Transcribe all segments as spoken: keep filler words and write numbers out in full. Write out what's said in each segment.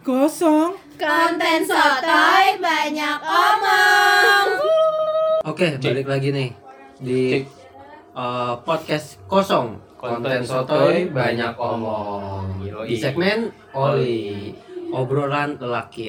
Kosong. Konten sotoy banyak omong. Oke, balik lagi nih di uh, podcast kosong. Konten sotoy banyak omong. Di segmen Oli, obrolan lelaki.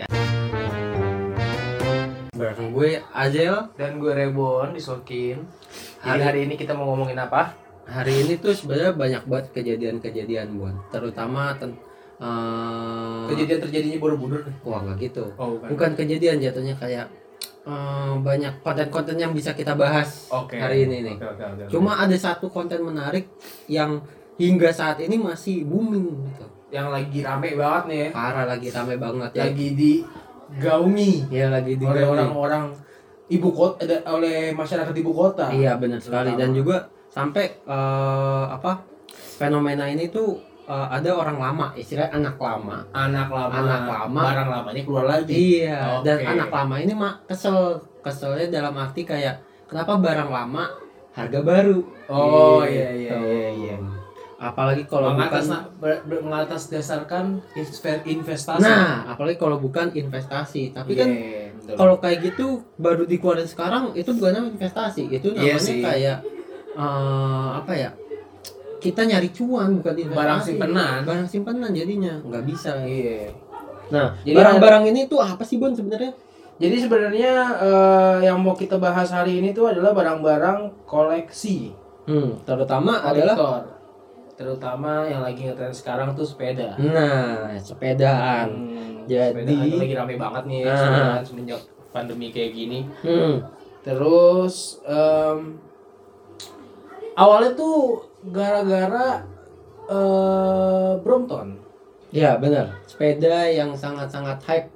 Bareng gue Azel Dan gue Rebon disokin. Jadi Hari- hari ini kita mau ngomongin apa? Hari ini tuh sebenarnya banyak banget kejadian-kejadian buat, terutama ten, uh, Kejadian terjadinya Borobudur. wah nggak gitu. Oh, bukan. Bukan kejadian, jatuhnya kayak uh, banyak konten-konten yang bisa kita bahas Oke. hari ini nih. Oke, oke, oke. Cuma ada satu konten menarik yang hingga saat ini masih booming gitu. yang lagi rame banget nih ya. Parah, lagi rame banget ya. Lagi digaungi Ya lagi di oleh orang-orang ibu kota, ada- oleh masyarakat ibu kota. Iya benar sekali. Terutama. Dan juga sampai eh, apa fenomena ini tuh eh, ada orang lama, istilah anak lama. Anak lama, Anak lama. barang lamanya keluar lagi. Iya. Oke. Dan anak lama ini mak kesel, keselnya dalam arti kayak kenapa barang lama harga baru. Oh, Gitu. iya, iya, iya, iya. Apalagi kalau bukan Mengatas, ber- ber- mengatas dasarkan inve- investasi. nah, apalagi kalau bukan investasi. Tapi kan Iya, betul. kalau kayak gitu baru dikeluarin sekarang, itu bukan namanya investasi, itu Iya namanya sih. kayak eh, apa ya, kita nyari cuan, bukan investasi. Barang simpenan. Barang simpenan jadinya nggak bisa. Iya. Nah, Jadi barang-barang ini tuh apa sih Bon sebenarnya? Jadi sebenarnya eh, yang mau kita bahas hari ini tuh adalah barang-barang koleksi. Hmm, terutama adalah Kolektor. Terutama yang lagi ngetren sekarang tuh sepeda. nah sepedaan. Hmm, Jadi- sepeda kan lagi rame banget nih Ah. sekarang semenjak pandemi kayak gini. Hmm, Terus em, awalnya tuh gara-gara eh, Brompton. ya benar. Sepeda yang sangat-sangat hype,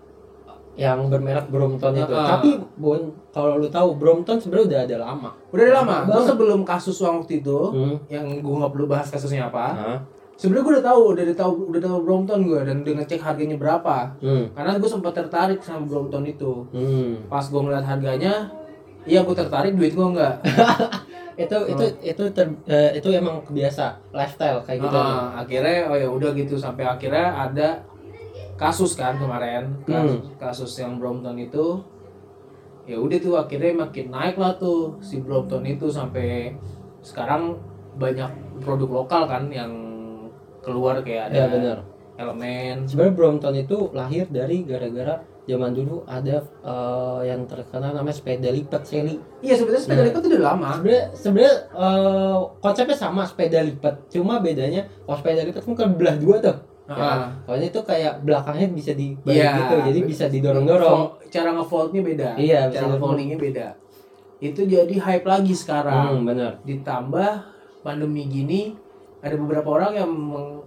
yang bermerek Brompton itu. Ah. Tapi Bon, kalau lu tahu Brompton sebenarnya udah ada lama. Udah dari lama. Gue Banget. sebelum kasus waktu itu, Hmm. yang gue nggak perlu bahas kasusnya apa. Hah? Sebenarnya gue udah tahu, udah tahu, udah tahu Brompton gue dan udah ngecek harganya berapa. Hmm. Karena gue sempat tertarik sama Brompton itu. Hmm. Pas gue ngeliat harganya, iya gue tertarik, duit gue enggak. itu itu itu ter- eh, itu emang biasa lifestyle kayak gitu. Ah, akhirnya oh ya udah gitu sampai akhirnya ada kasus kan kemarin, kasus, kasus yang Brompton itu. Ya udah tuh akhirnya makin naik lah tuh si Brompton itu sampai sekarang banyak produk lokal kan yang keluar kayak ada Ya benar. Elemen. Sebenarnya Brompton itu lahir dari gara-gara zaman dulu ada eh, yang terkenal namanya sepeda lipat seri. Iya sebenarnya sepeda Nah. lipat itu udah lama. Sebenarnya sebenarnya eh, konsepnya sama sepeda lipat, cuma bedanya kalau sepeda lipat kan kan belah dua tuh. Ya kan? Ah. Kalau ini tuh kayak belakangnya bisa dibalik Iya. gitu, jadi bisa didorong-dorong. Fo- Cara ngefoldnya beda. Iya, bisa Cara didorong. foldingnya beda. Itu jadi hype lagi sekarang. Hmm, benar. Ditambah pandemi gini ada beberapa orang yang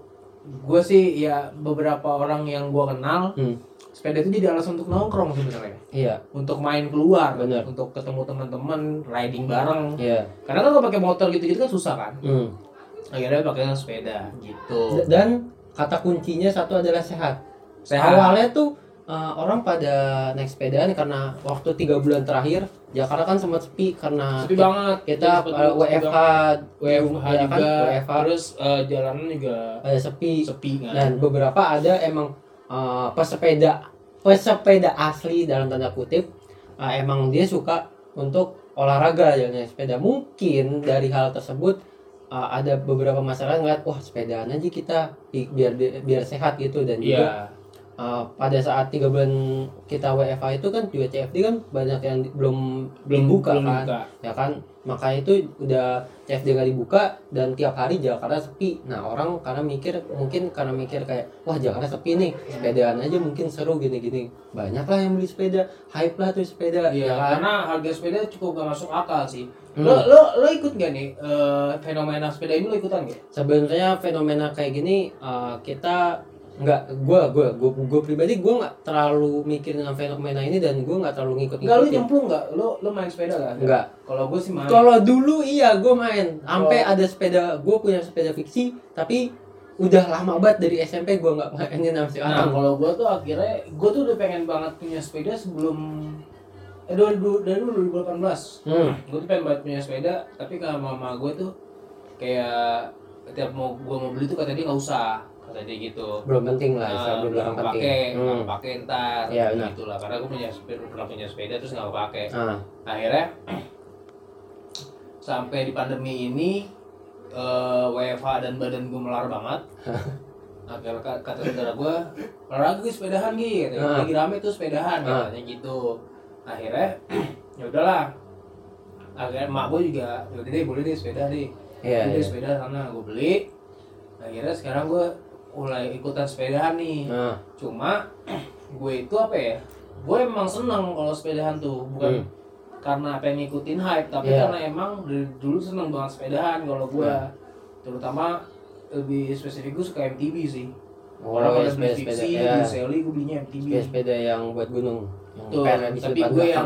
gue sih ya beberapa orang yang gue kenal Hmm. sepeda itu jadi alasan untuk nongkrong sebenarnya, Iya, untuk main keluar, Bener. untuk ketemu teman-teman, riding bareng. iya. Karena kan kalau pakai motor gitu-gitu kan susah kan. Hmm. Akhirnya pakai sepeda gitu. D- Dan kata kuncinya satu adalah sehat. Sehat. Awalnya tuh uh, orang pada naik sepedaan karena waktu tiga bulan terakhir Jakarta kan sempat sepi karena Sepi ki- banget. kita Sepi uh, banget, W sepi F H, banget. W F H ya kan, juga, W F H terus eh, jalanan juga pada sepi. sepi kan. Dan beberapa ada emang uh, pesepeda pesepeda asli dalam tanda kutip, uh, emang dia suka untuk olahraga jalan sepeda. Mungkin dari hal tersebut uh, ada beberapa masyarakat ngeliat wah sepedaan aja kita i- biar biar sehat gitu. Dan juga Iya. uh, pada saat tiga bulan kita W F H itu kan juga C F D kan banyak yang di- belum Belum dibuka belum kan buka. ya kan, makanya itu udah C F D nggak dibuka dan tiap hari Jakarta sepi. Nah orang karena mikir, mungkin karena mikir kayak wah Jakarta sepi nih, sepedaan aja mungkin seru gini-gini, banyak lah yang beli sepeda, hype lah tuh sepeda. Iya, ya kan? karena harga sepeda cukup gak masuk akal sih. Hmm. Lo lo lo ikut gak nih eh, fenomena sepeda ini, lo ikutan gak? Sebenarnya fenomena kayak gini uh, kita nggak, gua gua gua gua pribadi gua nggak terlalu mikir dengan fenomena ini dan gua nggak terlalu ngikut Enggak, lo ngikutin. nyemplung gak? Lo lo main sepeda gak? Enggak. Kalau gue sih main. Kalau dulu iya gue main, sampai Kalau- ada sepeda, gue punya sepeda fiksi, tapi udah lama banget dari S M P gue nggak mainin sama si Nah, orang. kalau gue tuh akhirnya gue tuh udah pengen banget punya sepeda sebelum eh dua ribu dari dulu dua ribu delapan belas. Hmm. Gue tuh pengen banget punya sepeda, tapi kalau mama gue tuh kayak tiap mau gue mau beli tuh kata dia nggak usah, kata dia gitu. Belum penting lah, Nah, belum belum orang penting. pakai, Hmm. nggak pakai ntar, Iya, benar. gitu lah. Karena gue punya sepeda, pernah punya sepeda terus nggak pakai. Ah. Akhirnya sampai di pandemi ini uh, W F H dan badan gue melar banget. Akhirnya kata saudara gue, olahraga gue sepedahan gitu, Ah. lagi rame tuh sepedahan Ah. katanya gitu. Akhirnya ya udahlah. Akhirnya emak gue juga, ya udah deh boleh deh sepeda deh. Iya, Udah iya. sepeda sana gue beli. Akhirnya sekarang gue mulai ikutan sepedahan nih. Ah. Cuma gue itu apa ya? Gue emang seneng kalau sepedahan tuh, bukan Hmm. karena pengen ngikutin hype, tapi Yeah. karena emang dari dulu seneng banget sepedahan kalau gue. Yeah. Terutama lebih spesifik gue suka M T B sih. Oh, Orang pada ya, beli sepeda-sepeda, fiksi, ya. beli seli, gue belinya M T B. Sepeda yang buat gunung. Yang Tuh, pelnya di tapi depan gue belakang. yang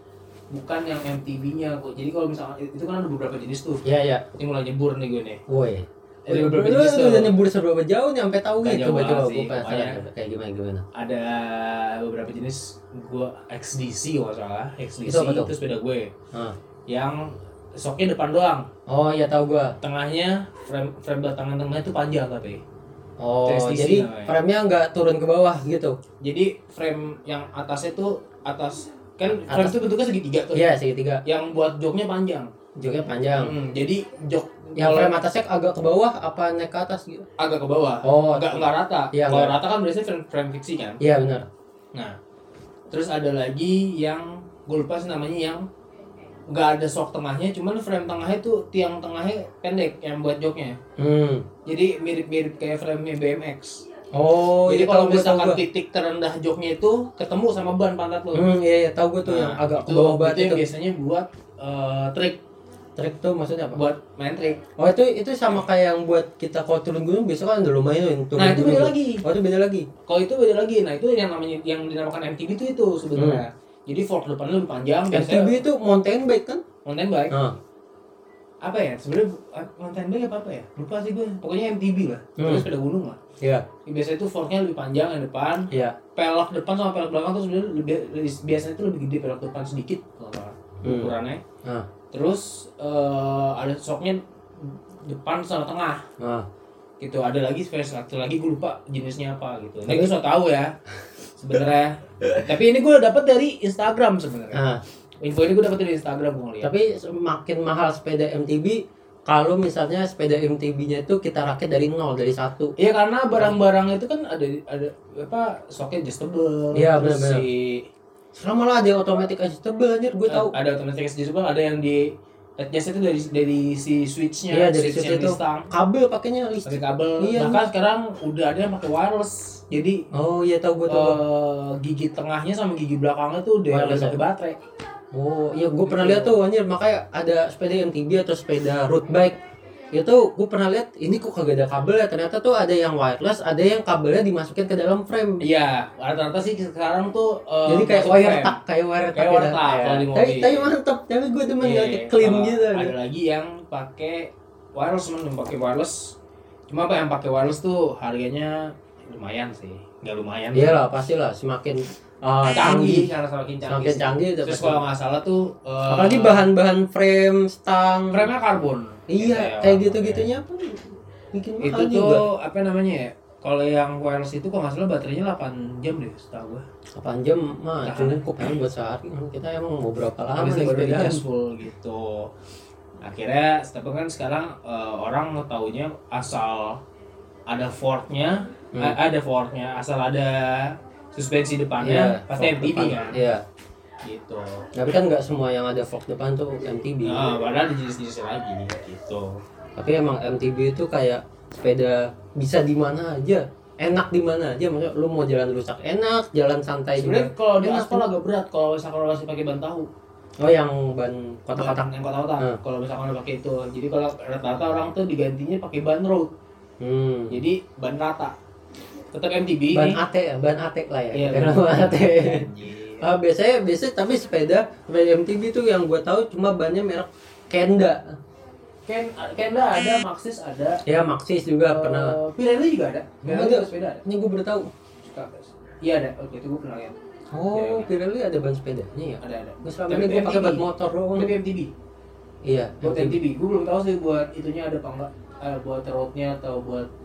bukan yang M T B-nya kok. Jadi kalau misalnya itu kan ada beberapa jenis tuh. Iya, iya. Ini mulai nyebur nih gue nih. Woi. Ada beberapa Lu jenis tuh. udah nyebur seberapa jauh nih sampai tahu Nggak gitu. jauh Coba coba banget gue sih, penasaran makanya. coba. Kayak gimana gimana. Ada beberapa jenis gue X D C kalau nggak salah. X D C Itu apa itu, tuh? sepeda gue. Ah. Yang soknya depan doang. Oh, iya tahu gua. Tengahnya frame frame batangan tengah itu panjang tapi. Oh, T S D C jadi namanya. frame-nya nggak turun ke bawah gitu. Jadi frame yang atasnya tuh atas kan frame Atas. itu bentuknya segitiga tuh. Iya, segitiga. Yang buat joknya panjang. Joknya panjang. Hmm, jadi jok Yang kalau frame atasnya agak ke bawah apa naik ke atas gitu? agak ke bawah. Oh, Enggak enggak rata. Iya, Kalau nggak. rata kan biasanya frame, frame fiksi kan. Iya, benar. Nah, terus ada lagi yang gue lupa sih namanya yang nggak ada sok tengahnya, cuman frame tengahnya tuh tiang tengahnya pendek yang buat joknya. Hmm. Jadi mirip-mirip kayak frame-nya B M X. Oh, Jadi iya kalau tahu gua, tahu misalkan gua. titik terendah joknya itu ketemu sama ban pantat lo. Hmm, iya, iya tahu gua tuh yang Nah, agak ke itu- bawah itu banget yang itu. biasanya buat eh, trik, Trik tuh maksudnya apa? buat main trik. Oh, itu itu sama kayak yang buat kita kalau turun gunung biasa kan ada lumayan turun Nah, itu gunung beda gitu. lagi. Oh, itu beda lagi. Kalau itu beda lagi. Nah, itu yang namanya yang dinamakan M T B itu itu sebenarnya. Jadi fork depannya lebih panjang. M T biasanya B itu mountain bike kan? mountain bike. Ah. Apa ya? Sebenarnya bu- mountain bike apa apa ya? Lupa sih gue. Pokoknya M T B lah. Hmm. Terus sepeda gunung lah. Iya. Biasanya itu forknya lebih panjang yang depan. Iya. Pelok depan sama pelok belakang tuh sebenarnya lebih biasanya itu lebih gede pelok depan sedikit kalau nggak salah, Hmm. ukurannya. Ah. Terus eh, ada soknya depan sama tengah. Ah. Gitu. Ada lagi versi satu lagi gue lupa jenisnya apa gitu. Ini gue so tahu ya sebenarnya. Tapi ini gue dapat dari Instagram sebenarnya. Ah. Info ini gue dapat dari Instagram gue lihat. Tapi semakin mahal sepeda M T B kalau misalnya sepeda M T B-nya itu kita rakit dari nol, dari satu. Iya karena barang-barang itu kan ada ada apa soknya adjustable. Iya, terus benar-benar. si Sekarang malah ada yang automatic adjustable anjir, gue tahu. ada otomatis adjustable, ada yang di adjust itu dari dari si switchnya, Iya, dari switch situ yang itu. di stang, Kabel pakainya pakai listrik. kabel. Iya. Bahkan sekarang udah ada yang pakai wireless. Jadi Oh, iya tahu gue tahu. gua. eh, gigi tengahnya sama gigi belakangnya tuh udah Wireless pakai ya? baterai. Oh, iya gue pernah lihat tuh anjir, makanya ada sepeda M T B atau sepeda road bike. Itu gue pernah lihat ini kok kagak ada kabel ya, ternyata tuh ada yang wireless, ada yang kabelnya dimasukin ke dalam frame. Iya, rata-rata sih sekarang tuh eh, Jadi kayak masuk wire frame. tak, kayak wire tak. Kayak gitu. wire tak Iya. kalau di Tapi mobil. tapi mantep, tapi gue demen Iya, kayak clean kalau gitu. Ada lagi yang pakai wireless, temen yang pakai wireless. Cuma apa yang pakai wireless tuh harganya lumayan sih, nggak lumayan. Iya lah, pastilah semakin uh, canggih canggih, karena semakin canggih. semakin sih. canggih. udah Terus pasti. kalau nggak salah tuh eh, Apalagi bahan-bahan frame, stang. frame-nya karbon. Iya, Gitu ya. kayak gitu-gitunya apa? Bikin Itu mahal tuh juga. apa namanya ya? Kalau yang wireless itu kalau nggak salah baterainya delapan jam deh, setahu gua. delapan jam mah Tahan. cukup kan buat sehari. Kita emang mau berapa lama Habis nih itu baru sepedaan? dicas full gitu. Akhirnya, tapi kan sekarang eh, orang taunya asal ada forknya, Hmm. eh, ada forknya, asal ada suspensi depannya, pasti M fork T B depan. kan. Iya. Gitu. Tapi kan nggak semua yang ada fork depan tuh M T B. Nah, padahal ada jenis-jenisnya lagi gitu. Tapi emang M T B itu kayak sepeda bisa di mana aja, enak di mana aja. Maksudnya lu mau jalan rusak enak, jalan santai juga. Sebenarnya kalau di enak. aspal agak berat kalau misalkan kalau masih pakai ban tahu. Oh, yang ban kotak-kotak. Ban yang kotak-kotak. Hmm. Kalau misalkan udah pakai itu. Jadi kalau rata-rata orang tuh digantinya pakai ban road. Hmm. Jadi ban rata. Tetap M T B Ban ini. A T ya, ban A T lah ya. Iya, Karena ban ban A T. Anjir. Ah, biasanya biasanya tapi sepeda sepeda M T B tuh yang gue tahu cuma bannya merek Kenda. Ken, Kenda ada, Maxxis ada. Ya Maxxis juga Eh, pernah. Pirelli juga ada. Pirelli Ada. juga sepeda ada. Ini gue baru tahu. Suka. Iya ada. Oke, itu gue pernah lihat. Oh, Iya, Pirelli ada ban sepedanya ya. Ada ada. Gue selama Tapi ini gue M T B. pakai ban motor doang. Tapi M T B. Iya. Buat M T B. M T B. Gue belum tahu sih buat itunya ada apa enggak. Eh, buat roadnya atau buat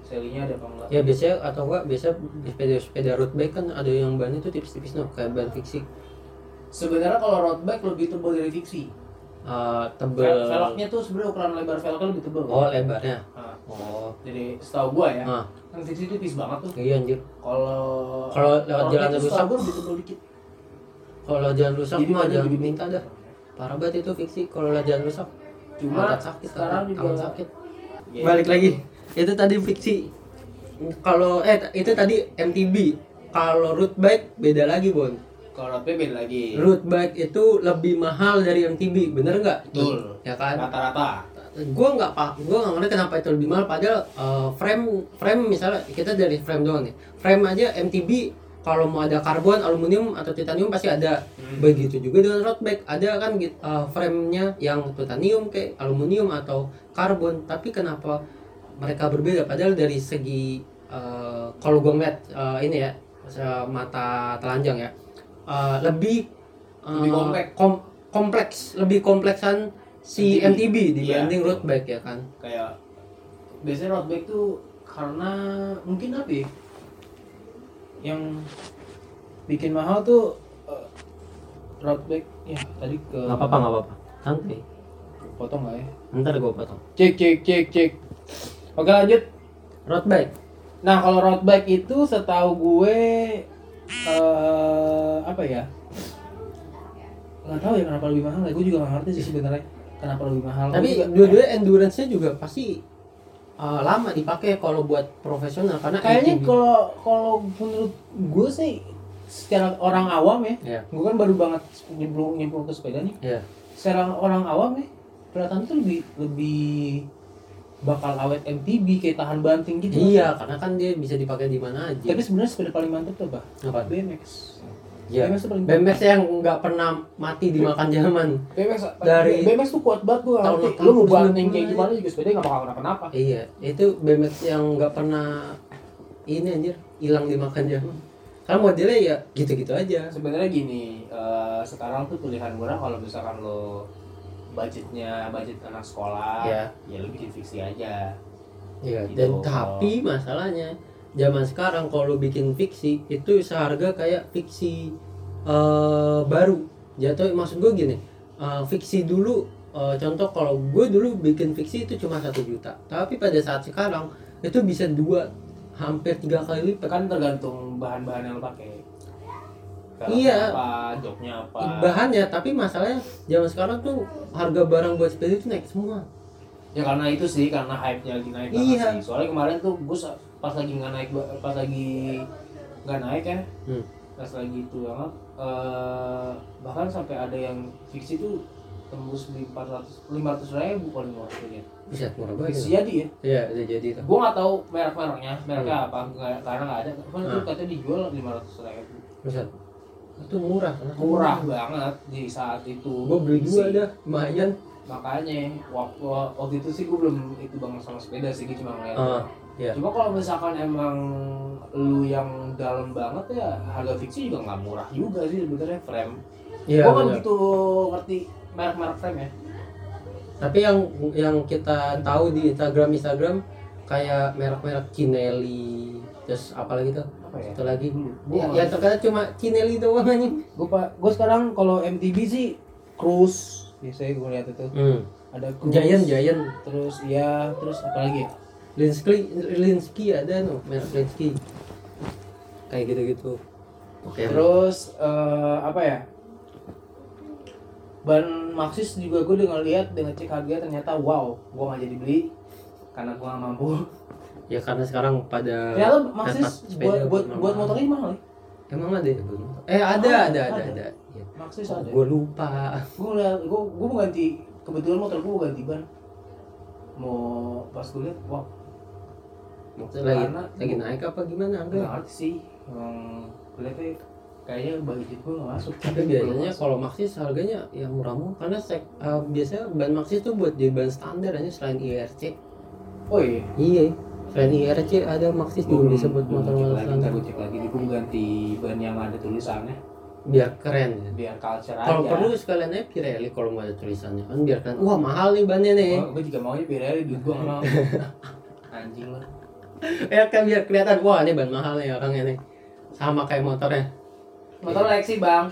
selinya ada apa enggak. Ya biasanya atau enggak biasa sepeda sepeda road bike kan ada yang bannya tuh tipis-tipis no kayak ban fiksi. Sebenarnya kalau road bike lebih tebal dari fiksi. Uh, tebel. Vel- velgnya tuh sebenarnya ukuran lebar velgnya lebih tebal. Oh lebarnya. Nah, Oh. jadi setahu gua ya, Ah. kan fiksi itu tipis banget tuh. Iya anjir. Kalau Kalau lewat road jalan bike tuh rusak, setahu gua lebih tebal dikit. kalau jalan rusak Jadi mah badan jangan lebih minta dah. Parah banget itu fiksi kalau lewat jalan rusak. Cuma Mata sakit sekarang tangan juga sakit. Ya, Balik lagi. Itu tadi fiksi. Kalau eh itu tadi M T B. Kalau road bike beda lagi, Bon. kalau road bike beda lagi. Road bike itu lebih mahal dari M T B, bener nggak? Betul. Ya kan? Rata-rata. Gue nggak pak, gue nggak ngerti kenapa itu lebih mahal. Padahal uh, frame, frame misalnya kita dari frame doang nih. Frame aja M T B kalau mau ada karbon, aluminium atau titanium pasti ada. Hmm. Begitu juga dengan road bike, ada kan uh, frame-nya yang titanium kayak aluminium atau karbon. Tapi kenapa mereka berbeda? Padahal dari segi uh, kalau gue ngeliat uh, ini ya mata telanjang ya. Uh, lebih uh, Lebih kompleks. kom- kompleks lebih kompleksan si M T B, M T B dibanding iya. road bike ya kan. Kayak biasanya road bike tuh karena mungkin apa ya, yang bikin mahal tuh uh, road bike ya tadi ke Nggak apa-apa nggak apa-apa, santai. potong nggak ya, Ntar gue potong. cek cek cek cek oke lanjut. Road bike. Nah kalau road bike itu setahu gue uh, apa ya, nggak tahu ya kenapa lebih mahal ya, gue juga nggak ngerti sih sebenarnya kenapa lebih mahal. Tapi Gue juga- dua-duanya endurance-nya juga pasti uh, lama dipakai kalau buat profesional karena kayaknya M T B. kalau kalau menurut gue sih secara orang awam ya, Iya. gue kan baru banget nyemplung nyemplung ke sepeda nih. Iya. Secara orang awam ya, kelihatan tuh lebih lebih bakal awet M T B kayak tahan banting gitu. Iya, karena kan dia bisa dipakai di mana aja. Tapi sebenarnya sepeda paling mantep tuh apa? Apa? B M X. Iya. B M X tuh paling B M X yang nggak pernah mati dimakan zaman. B M X Dari- B M X tuh kuat banget gue tahun ngerti. delapan Lu mau puluh banting kayak sembilan gimana juga sepeda nggak bakal kenapa-napa. Iya, itu B M X yang nggak pernah ini anjir hilang dimakan zaman. Karena modelnya ya gitu-gitu aja. Sebenarnya gini, eh, sekarang tuh pilihan murah kalau misalkan lo budgetnya budget anak sekolah, Iya. ya lo bikin fiksi aja. Iya, Gitu. dan tapi masalahnya zaman sekarang kalau bikin fiksi itu seharga kayak fiksi eh, baru. Jatuh maksud gue gini, eh, fiksi dulu eh, contoh kalau gue dulu bikin fiksi itu cuma satu juta, tapi pada saat sekarang itu bisa dua hampir tiga kali lipat. Kan tergantung bahan-bahan yang lo pakai. Velgnya Iya. Apa, joknya apa. Bahannya, tapi masalahnya zaman sekarang tuh harga barang buat sepeda itu naik semua. Ya karena itu sih, karena hype-nya lagi naik banget Iya. sih. Soalnya kemarin tuh gue sa- pas lagi nggak naik, ba- pas lagi nggak naik ya, Hmm. pas lagi itu banget, eh, bahkan sampai ada yang fiksi tuh tembus di empat ratus lima ratus ribu paling waktunya. Bisa murah banget. Fiksi jadi ya. Iya, udah jadi tuh. Gue nggak tahu merek-mereknya, mereknya Hmm. apa, nggak- karena nggak ada. Cuman itu Hmm. katanya dijual lima ratus ribu. Bisa. Itu murah. Murah banget di saat itu. Gue beli dua Fiksi. dah, lumayan. Makanya waktu waktu itu sih gue belum itu banget sama sepeda sih, gue cuma ngeliat. Ah, iya. Cuma kalau misalkan emang lu yang dalam banget ya, harga fiksi juga nggak murah juga sih sebenarnya frame. Iya. Gue kan benar. gitu ngerti merek-merek frame ya. Tapi yang yang kita tahu di Instagram Instagram kayak merek-merek Cinelli, terus apa lagi tuh? Apa ya? Satu lagi. Gua Ya, nggak- yang terkenal cuma Cinelli doang anjing. Gue pak, gue sekarang kalau M T B sih Cruise, biasanya gue lihat itu Hmm. ada Cruise. Giant Giant. Terus ya, terus apa lagi? Ya? Linsky Linsky ada no, merek Linsky. Kayak gitu-gitu. Oke. Terus eh, apa ya? Ban Maxxis juga gue udah ngeliat, dengan cek harga ternyata wow, gue nggak jadi beli karena gue nggak mampu. Ya karena sekarang pada Ternyata dapat Maxxis sepeda buat buat normal. buat motornya mahal ya? Emang ada ya? Bun? Eh ada Oh, ada ada ada. ada. Ya. Maxxis Oh, ada. gue lupa. Gue ngeliat, gue gue mau ganti, kebetulan motor gue mau ganti ban. Mau pas gue liat, wow, Maksudnya lagi Karena- lagi naik apa gimana nggak harga? ngerti sih. Emang kelihatnya kayaknya budget gue nggak masuk. Tapi biasanya kalau Maxxis harganya ya murah-murah karena sek, uh, biasanya ban Maxxis tuh buat jadi ban standar aja selain I R C. Oh iya. Iya, selain I R C ada Maxxis juga bisa buat motor-motor lagi, standar. gue cek lagi, gue mau ganti ban yang ada tulisannya Biar keren. Ya. biar culture aja. Kalau perlu sekalian aja Pirelli kalau nggak ada tulisannya kan biar keren. Wah mahal nih bannya nih. Oh, gue juga maunya Pirelli, duit gue nggak mau. Anjing lah. Ya kan biar kelihatan, wah ini ban mahal nih orangnya nih. Sama kayak motornya. Motor Lexi bang.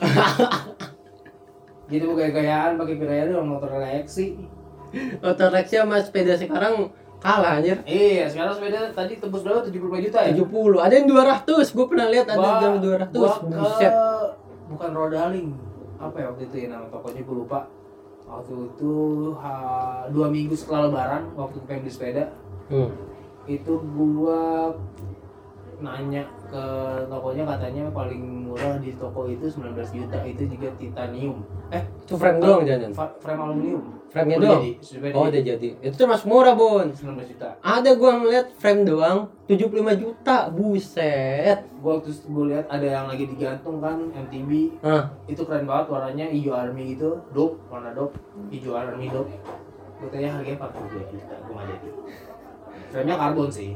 Gitu gaya-gayaan pakai Pirelli orang motor Lexi. Motor Lexi sama sepeda sekarang kalah anjir. Iya, sekarang sepeda tadi tembus berapa? tujuh puluh lima juta ya? tujuh puluh. Ada yang dua ratus. Gue pernah lihat ada Gua- yang dua ratus. gua ke Buset. bukan Rodaling. Apa ya waktu itu ya nama tokonya gue lupa. Waktu itu ha, dua minggu setelah lebaran waktu pengen beli sepeda Hmm. itu gua nanya ke tokonya katanya paling murah di toko itu sembilan belas juta itu juga titanium. Eh, Itu frame doang jangan. fa- frame aluminium. Frame-nya Udah doang. jadi, sudah Oh, jadi. udah jadi. Itu termasuk murah, Bon. sembilan belas juta. Ada gua ngeliat frame doang tujuh puluh lima juta. Buset. Gua waktu gue lihat ada yang lagi digantung kan M T B. Hah. Itu keren banget warnanya hijau army gitu, dope, warna dope, hijau army dope. Gue tanya harganya empat puluh dua juta, gue nggak jadi. Frame-nya karbon sih.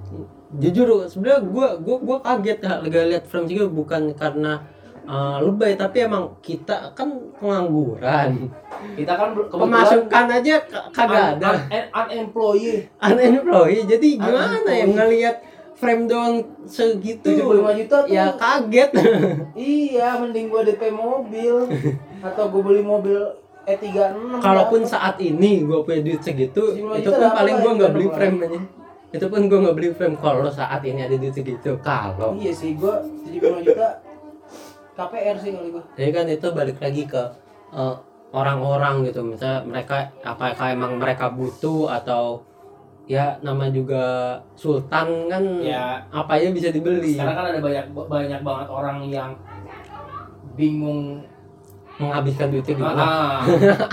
Jujur sebenarnya gua gua gua kaget gak lihat frame juga bukan karena uh, lebay tapi emang kita kan pengangguran. Kita kan ber- kebetulan Pemasukan aja k- kagak un- ada. un- unemployed. Unemployed. Jadi gimana ya Unemployed. ngelihat frame doang segitu? tujuh puluh lima juta tuh. Ya kaget. Iya, mending gua D P mobil atau gua beli mobil E tiga enam. Kalaupun saat ini gua punya duit segitu, tujuh puluh lima itu juta pun dapat paling lah, gua nggak itu beli dapat frame lah. aja. Itu pun gua nggak beli frame kalau saat ini ada duit segitu. Kalau Iya sih, gua tujuh puluh lima juta K P R sih kali gua. jadi kan itu balik lagi ke uh, orang-orang gitu, misalnya mereka apakah emang mereka butuh atau ya nama juga sultan kan Ya. apa aja bisa dibeli. Sekarang kan ada banyak banyak banget orang yang bingung. Menghabiskan duitnya gimana? Ah,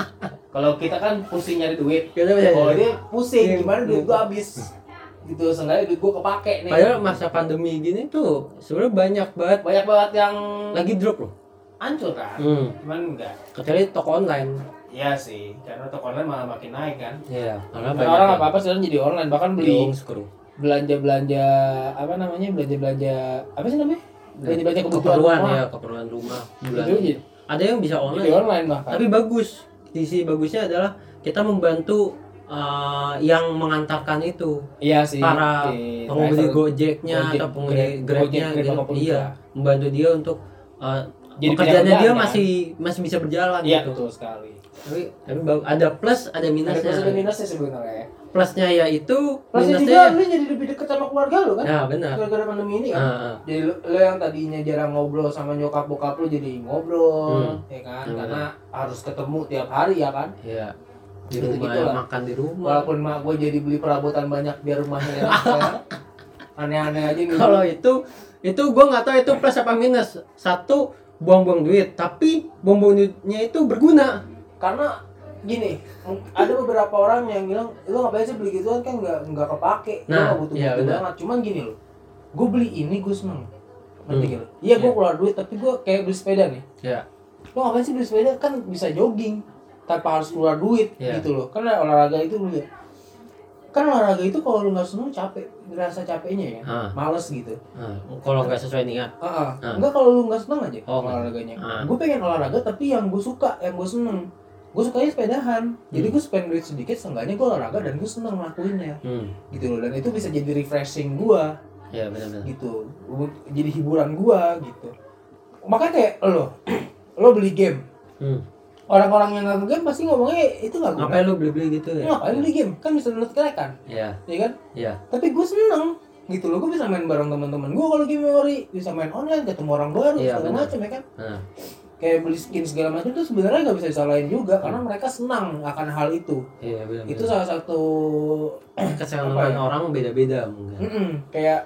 kalau kita kan pusing nyari duit. Kita bisa- Kalau dia pusing Iya. gimana duit gua habis. Gitu, seenggaknya duit gua kepake nih. Padahal masa pandemi gini tuh sebenarnya banyak banget banyak banget yang lagi drop loh. hancur kan. Hmm. Cuman enggak. Kecuali toko online. Iya sih, karena toko online malah makin naik kan. Iya, karena Karena banyak orang apa apa sekarang jadi online, bahkan beli screw. belanja belanja apa namanya belanja belanja apa sih namanya belanja belanja kebutuhan keperluan rumah. ya, keperluan rumah. Bulan. Itu jadi, Ada yang bisa jadi online. online bahkan. Tapi bagus. Sisi bagusnya adalah kita membantu uh, yang mengantarkan itu. Iya sih. Para di pengemudi driver. Gojeknya Gojek, atau pengemudi Grab, Grabnya Gojek, Grab gitu. apapun Iya, juga. membantu dia untuk uh, Jadi pekerjaannya punya dia kerjaan, masih masih bisa berjalan Iya gitu. betul sekali. Tapi tapi bagus. Ada plus, ada Ada minusnya. plus ada minusnya sebenarnya. Plusnya yaitu Plusnya minusnya. juga lu jadi lebih dekat sama keluarga lu kan. Ya benar. Gara-gara pandemi ini kan. Ah, ah. Jadi lu, lu yang tadinya jarang ngobrol sama nyokap bokap lu jadi ngobrol, Hmm. ya kan? Hmm. Karena harus ketemu tiap hari ya kan. Iya. Di Gitu-gitu rumah ya, lah. makan di rumah. Walaupun mak gue jadi beli perabotan banyak biar rumahnya enak ya. Aneh-aneh aja nih. Kalau itu itu gue nggak tahu itu plus apa minus. Satu buang-buang duit, tapi buang-buang duitnya itu berguna. Karena gini, ada beberapa orang yang bilang, lu ngapain sih beli gituan kan nggak nggak kepake, lu Nah, nggak butuh iya, butuh benar. banget. Cuman gini loh, gue beli ini gue seneng. Ngerti Hmm. gitu? Iya gue Iya. keluar duit, tapi gue kayak beli sepeda nih. Ya. Lu ngapain sih beli sepeda kan bisa jogging tanpa harus keluar duit Iya. gitu loh. Karena olahraga itu lu lihat. Kan olahraga itu kalau lu nggak seneng capek, ngerasa capeknya ya, Ah. males gitu. Nah, kalau nggak sesuai niat. Ah, Ah. enggak kalau lu nggak seneng aja Oh, olahraganya. ah. Gue pengen olahraga tapi yang gue suka, yang gue seneng. Gue sukanya sepedahan. Jadi Hmm. gue spend duit sedikit, seenggaknya gue olahraga dan gue seneng ngelakuinnya. Hmm. Gitu loh. Dan itu bisa jadi refreshing gue, Ya benar-benar. gitu. Jadi hiburan gue, gitu. Makanya kayak lo, lo beli game. Hmm. Orang-orang yang nggak game pasti ngomongnya itu nggak guna. Ngapain lu beli-beli gitu ya? Ngapain beli game? Kan bisa download kan, Iya. ya kan? Iya. Tapi gue seneng gitu loh, gue bisa main bareng teman-teman gue kalau game memory, bisa main online, ketemu orang baru, Iya, segala benar. macam ya kan. Nah, Kayak beli skin segala macam itu sebenarnya nggak bisa disalahin juga karena mereka senang akan hal itu. iya benar. Itu salah satu kesenangan apa ya? orang beda-beda mungkin. mm-mm, kayak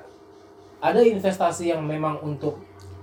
ada investasi yang memang untuk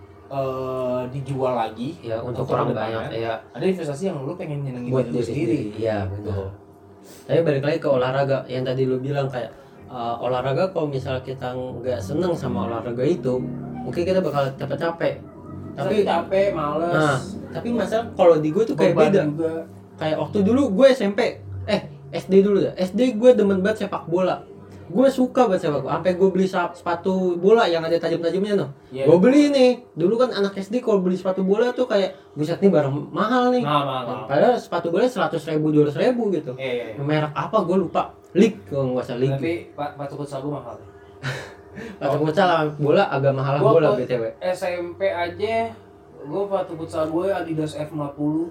eh, dijual lagi. Ya untuk Untuk orang kedepannya. banyak ya Ada investasi yang lu pengen nyenengin buat diri lu diri sendiri. sendiri. Iya benar. Tapi balik lagi ke olahraga yang tadi lu bilang kayak uh, olahraga kalau misal kita nggak seneng sama olahraga itu, mungkin kita bakal capek-capek. Tapi Tapi capek, males. nah, tapi masalah kalau di gue tuh kayak beban beda. juga. Kayak waktu dulu gue S M P, eh S D dulu ya. S D gue demen banget sepak bola. Gue suka banget sepak bola. Sampai gue beli sap- sepatu bola yang ada tajam-tajamnya tuh. Iya. Gue beli nih. Dulu kan anak S D kalau beli sepatu bola tuh kayak buset nih barang mahal nih. Nah, nah, nah. Padahal sepatu bola seratus ribu, dua ratus ribu gitu. Iya, iya, iya. Merek apa gue lupa. League kalau nggak salah League. Tapi Pak Pak Tukut Sabu mahal. Sepatu futsal sama bola agak mahalan Gua bola ke B T W. S M P aja gue sepatu futsal gue Adidas F lima puluh.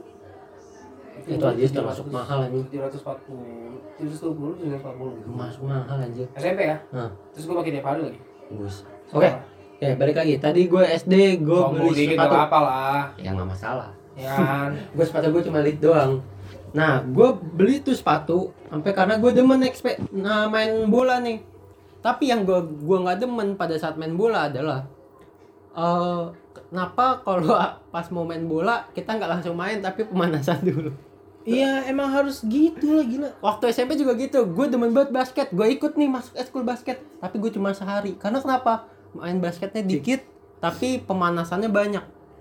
Itu Adidas termasuk mahal anjing. tujuh ratus empat puluh, tujuh ratus dua puluh, tujuh ratus empat puluh gitu. Masuk mahal anjir. S M P ya? Nah, Terus gue pakai tiap hari lagi. bagus. Oke. Ya, balik lagi. Tadi gue S D gue Sombong beli dikit gak sepatu. apa lah. Ya nggak masalah. Ya kan? Gue sepatu gue cuma lit doang. Nah, gue beli tuh sepatu sampai karena gue demen ekspe nah, main bola nih. Tapi yang gue gue nggak demen pada saat main bola adalah eh kenapa kalau pas mau main bola kita nggak langsung main tapi pemanasan dulu. Iya emang harus gitu lah gila. Waktu S M P juga gitu, gue demen banget basket, gue ikut nih masuk ekskul basket, tapi gue cuma sehari. Karena kenapa? Main basketnya dikit, tapi pemanasannya banyak.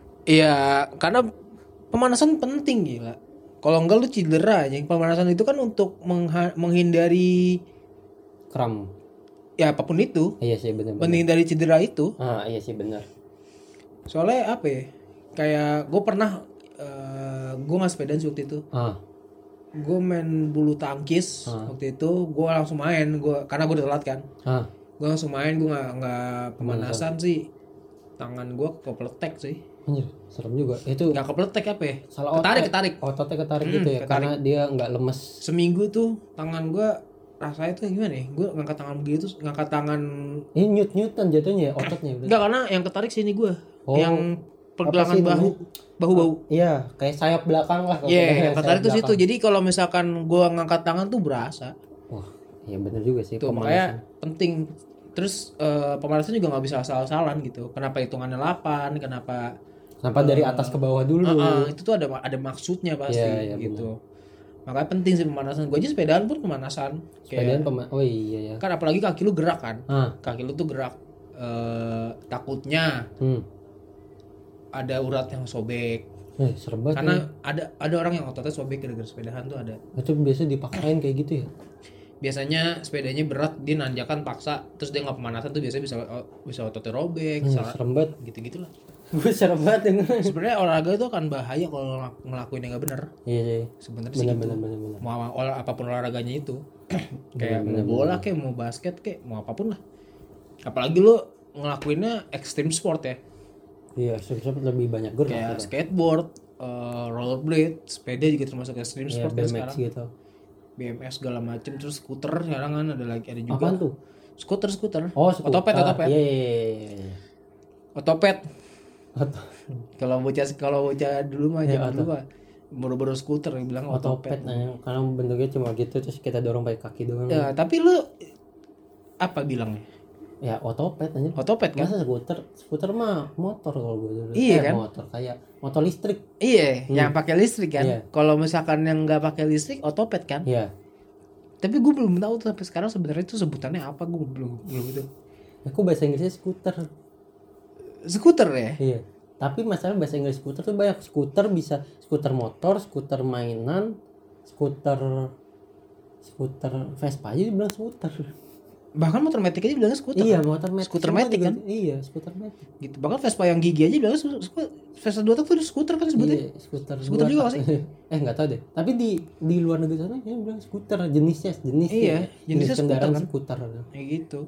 Iya karena pemanasan penting gila. Kalau enggak lu cedera aja. Pemanasan itu kan untuk mengha- menghindari Kram. ya apapun itu. Iya sih benar. Menghindari cedera itu. Ah iya sih benar. Soalnya apa ya? Kayak gue pernah uh, gue nggak sepedaan sih waktu itu. Ah. Gue main bulu tangkis Ah. waktu itu. Gue langsung main. Gue karena gue udah telat kan. Ah. Gue langsung main. Gue nggak nggak pemanasan sih. Tangan gue kepletek sih. Anjir, serem juga. Itu Nggak kepletek apa ya? salah Ketarik otot. ketarik. Ototnya ketarik Hmm, gitu ya, ketarik. karena dia nggak lemes. Seminggu tuh tangan gue rasanya tuh gimana ya? Gue ngangkat tangan begitu, ngangkat tangan. Ini nyut-nyutan jatuhnya ya ototnya. Bener. Enggak karena yang ketarik sini gue. Oh. Yang pergelangan Apa sih bahu, namanya? bahu-bahu. Iya, kayak sayap belakang lah. kalau Iya, kita yang sayap ketarik tuh situ. belakang. Jadi kalau misalkan gue ngangkat tangan tuh berasa. Wah, iya benar juga sih. Tuh pemanasan. makanya penting. Terus eh, pemanasan juga nggak bisa asal-asalan gitu. Kenapa hitungannya delapan? Kenapa? Kenapa dari atas ke bawah dulu? Uh, uh, itu tuh ada ada maksudnya pasti Iya, iya, gitu. Makanya penting sih pemanasan. Gue aja sepedaan pun pemanasan. Sepedaan Kayak, pema- Oh iya ya. kan apalagi kaki lu gerak kan. Ah, Kaki lu tuh gerak. Eh, takutnya hmm. ada urat yang sobek. Eh, serem banget. Karena ya. ada ada orang yang ototnya sobek gara-gara sepedahan tuh ada. Itu biasa dipaksain kayak gitu ya. Biasanya sepedanya berat, dia nanjakan paksa, terus dia nggak pemanasan tuh biasanya bisa bisa ototnya robek, Hmm, salah- serem banget. gitu-gitulah. Gue serem banget denger. Sebenarnya olahraga itu akan bahaya kalau ngel- ngelakuinnya nggak bener. Iya sih. Sebenarnya sih Benar gitu. benar benar benar. Mau olah apapun olahraganya itu, kayak mau Bener, bola kayak mau basket kayak mau apapun lah. Apalagi lu ngelakuinnya extreme sport ya, Iya, sport lebih banyak gerak. kayak gitu. skateboard, eh, rollerblade, sepeda juga termasuk extreme Iya, sport B ya M X sekarang. gitu. B M X segala macem, terus skuter sekarang kan ada lagi ada juga. Apaan tuh? Skuter skuter. Oh, skuter. Otopet otopet. Iya, iya, iya, iya. Otopet. Oto- Kalau bocah kalau bocah dulu mah Ya, zaman oto- dulu mah baru-baru skuter yang bilang Otopet otopet. nah, karena bentuknya cuma gitu terus kita dorong pakai kaki doang. Ya, tapi lu apa bilangnya? Ya, otopet aja. Otopet kan? Masa skuter? Skuter mah motor kalau gue dulu. Iya Eh, kan? motor kayak motor listrik. Iya, Hmm. yang pakai listrik kan. Iya. Kalau misalkan yang nggak pakai listrik otopet kan. Iya. Tapi gue belum tahu tuh sampai sekarang sebenarnya itu sebutannya apa, gue belum belum itu. Aku bahasa Inggrisnya skuter. Skuter ya? Iya. Tapi masalah bahasa Inggris skuter tuh banyak. Skuter bisa skuter motor, skuter mainan, skuter skuter Vespa aja dibilang skuter. Bahkan motor metik aja bilangnya skuter. Iya, kan? motor metik. Skuter Semua metik juga- kan? Iya, skuter metik. Gitu. Bahkan Vespa yang gigi aja bilangnya sku- sku- Vespa dua tak tuh skuter kan sebutnya. Iya, skuter. Skuter dua juga tak. nggak sih? eh, enggak tahu deh. Tapi di di luar negeri sana dia bilang skuter, jenisnya jenis Iya, jenisnya kendaraan skuter skuter. Kayak gitu.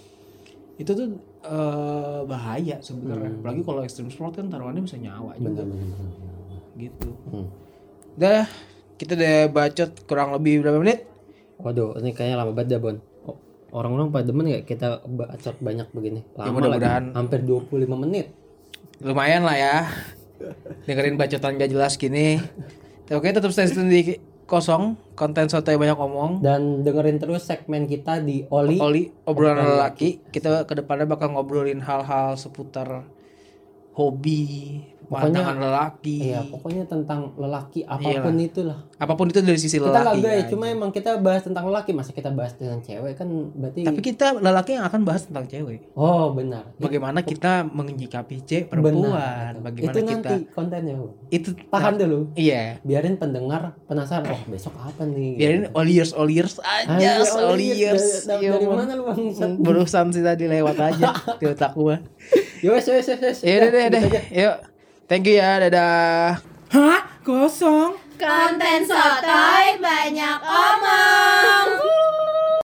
Itu tuh eh, bahaya sebenarnya. Hmm. Apalagi kalau extreme sport kan taruhannya bisa nyawa juga. Benar benar. benar. Gitu. Hmm. Udah, kita udah bacot kurang lebih berapa menit? Waduh, ini kayaknya lama banget dah, Bon. Oh, orang-orang pada demen ya kita bacot banyak begini. Ya, Lama mudah-mudahan. lagi. Hampir dua puluh lima menit. Lumayan lah ya. Dengerin bacotan gak jelas gini. Oke, tetap stay tune di kosong, konten sotoy banyak omong. Dan dengerin terus segmen kita di Oli. Oli obrolan Obrolan lelaki. Kita kedepannya bakal ngobrolin hal-hal seputar hobi, Pokoknya- pandangan lelaki. Iya, pokoknya tentang lelaki apapun itulah. Apapun itu dari sisi Kita nggak lelaki. gaya, ya. cuma emang kita bahas tentang lelaki, masa kita bahas tentang cewek kan berarti. Tapi kita lelaki yang akan bahas tentang cewek. Oh benar. Bagaimana kita menyikapi cewek perempuan, Benar. bagaimana Itu kita nanti kontennya. Bu. itu Tahan dulu. Iya. Biarin pendengar penasaran. Oh besok apa nih? Biarin all years all years aja, Anjir, all Oli, years. Dari, Iya, dari Bang. mana lu bang? Berurusan sih tadi lewat aja di otak gua. Yowes, yowes, yowes. Ya udah deh, deh. Yuk. Thank you ya, dadah. Hah? Kosong? Konten sotoy banyak omong.